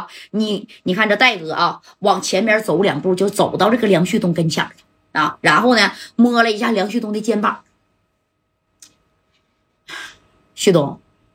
你看这戴哥啊，往前面走2步就走到这个梁旭东跟前了啊，然后呢摸了一下梁旭东的肩膀。旭东，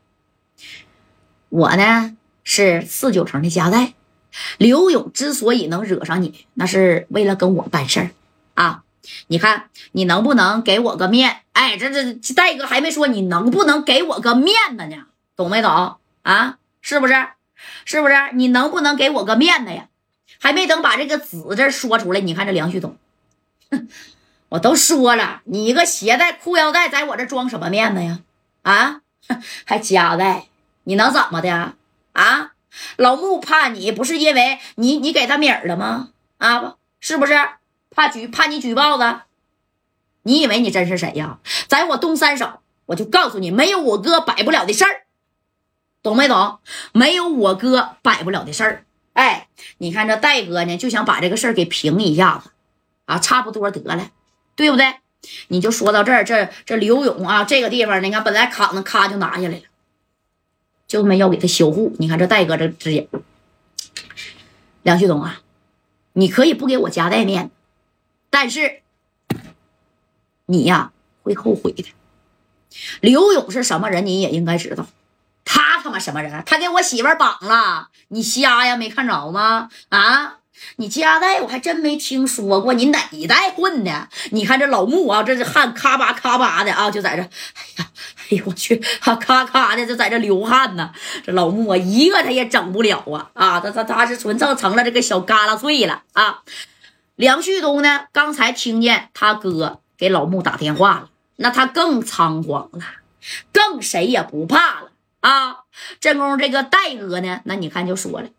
我呢是49城的家代，刘勇之所以能惹上你，那是为了跟我办事儿啊。你看你能不能给我个面？哎，这戴哥还没说你能不能给我个面子呢？懂没懂啊？是不是？是不是？你能不能给我个面子呀？还没等把这个子字说出来，你看这梁旭东，我都说了，你一个鞋带裤腰带，在我这装什么面子呀？啊，还夹带，你能怎么的啊？老穆怕你不是因为你给他米儿了吗？啊，是不是？怕你举报的？你以为你真是谁呀？在我东三省，我就告诉你，没有我哥摆不了的事儿。懂没懂？没有我哥摆不了的事儿。哎，你看这戴哥呢，就想把这个事儿给平一下子啊，差不多得了，对不对？你就说到这儿，这刘勇啊，这个地方你看本来扛着咔就拿下来了，就没要给他修护。你看这戴哥这直接，梁旭东啊，你可以不给我夹带面，但是你呀会后悔的。刘勇是什么人，你也应该知道。他妈什么人？他给我媳妇儿绑了，你瞎呀？没看着吗？啊，你家代我还真没听说过，你哪一代混的？你看这老穆啊，这是汗咔吧咔吧的啊，就在这，哎呦我去，咔咔的就在这流汗呢。这老穆啊，一个他也整不了啊！他是纯正成了这个小嘎啦碎了啊。梁旭东呢，刚才听见他哥给老穆打电话了，那他更仓皇了，更谁也不怕了。啊，正宫这个戴哥呢，那你看就说了，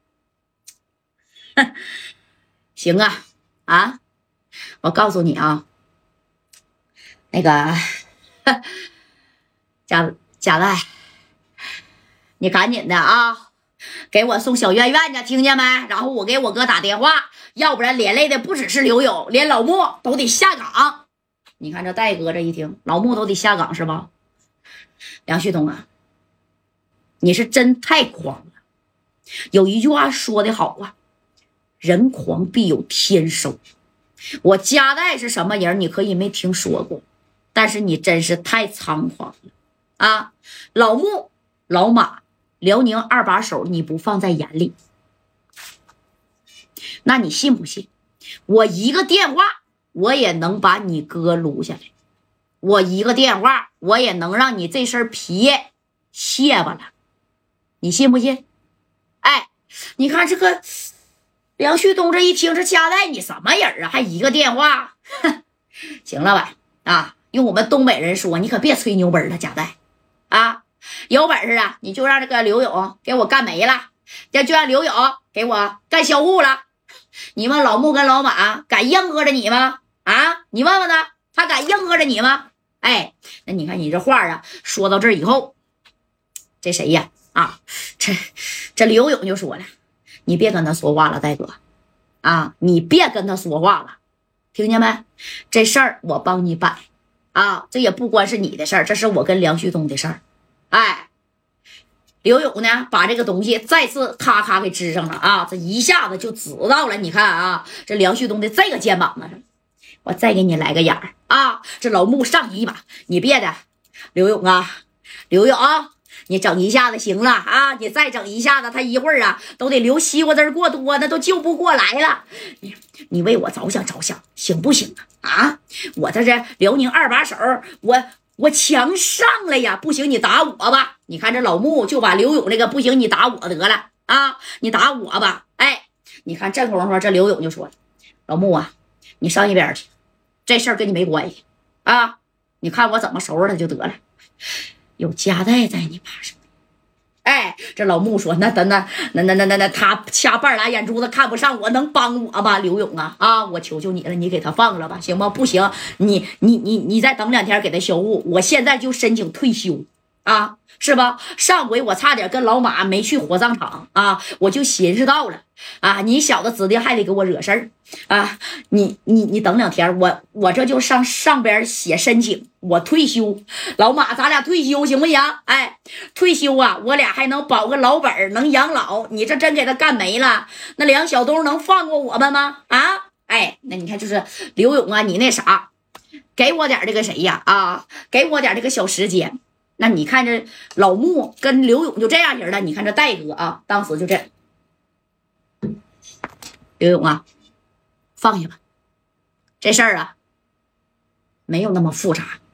行啊，我告诉你啊，那个贾代，你赶紧的啊，给我送小院院去，听见没？然后我给我哥打电话，要不然连累的不只是刘勇，连老穆都得下岗。你看这戴哥这一听，老穆都得下岗是吧？梁旭东啊，你是真太狂了。有一句话说的好啊，人狂必有天收。我家代是什么人你可以没听说过，但是你真是太猖狂了啊！老穆老马辽宁2把手你不放在眼里，那你信不信我一个电话我也能把你哥撸下来，我一个电话我也能让你这身皮卸巴了，你信不信？哎，你看这个梁旭东这一听，这家代你什么人啊？还一个电话，行了吧？啊，用我们东北人说，你可别吹牛本了，家代啊，有本事啊，你就让这个刘勇给我干没了，就让刘勇给我干销户了。你问老穆跟老马敢硬喝着你吗？啊，你问问他敢硬喝着你吗？哎，那你看你这话啊，说到这儿以后，这谁呀？啊，这刘勇就说了，你别跟他说话了，戴哥啊，你别跟他说话了，听见没？这事儿我帮你办啊，这也不光是你的事儿，这是我跟梁旭东的事儿。哎，刘勇呢，把这个东西再次咔咔给支上了啊，这一下子就指到了，你看啊，这梁旭东的这个肩膀上。我再给你来个眼儿啊！这老穆上一把，你别的，刘勇啊，刘勇啊，你整一下子行了啊！你再整一下子，他一会儿啊都得流西瓜汁过多，那都救不过来了。你为我着想，行不行啊？啊！我这辽宁2把手，我强上了呀！不行，你打我吧！你看这老穆就把刘勇那个不行，你打我得了啊！你打我吧！哎，你看这功夫，这刘勇就说了，老穆啊，你上一边去。这事儿跟你没关系啊！你看我怎么收拾他就得了。有家代在你把上，哎，这老穆说：“那他掐半拉眼珠子看不上我，能帮我吧？刘勇啊，我求求你了，你给他放了吧，行吗？不行，你再等2天给他销户，我现在就申请退休啊，是吧？上回我差点跟老马没去火葬场啊，我就寻思到了啊，你小子指定还得给我惹事儿啊！你等2天，我这就上边写申请，我退休。老马，咱俩退休行不行？哎，退休啊，我俩还能保个老本，能养老。你这真给他干没了，那梁小东能放过我们吗？啊，哎，那你看就是刘勇啊，你那啥，给我点这个谁呀？啊，给我点这个小时间。那你看这老穆跟刘勇就这样人了，你看这戴哥啊，当时就这，刘勇啊，放下吧，这事儿啊没有那么复杂。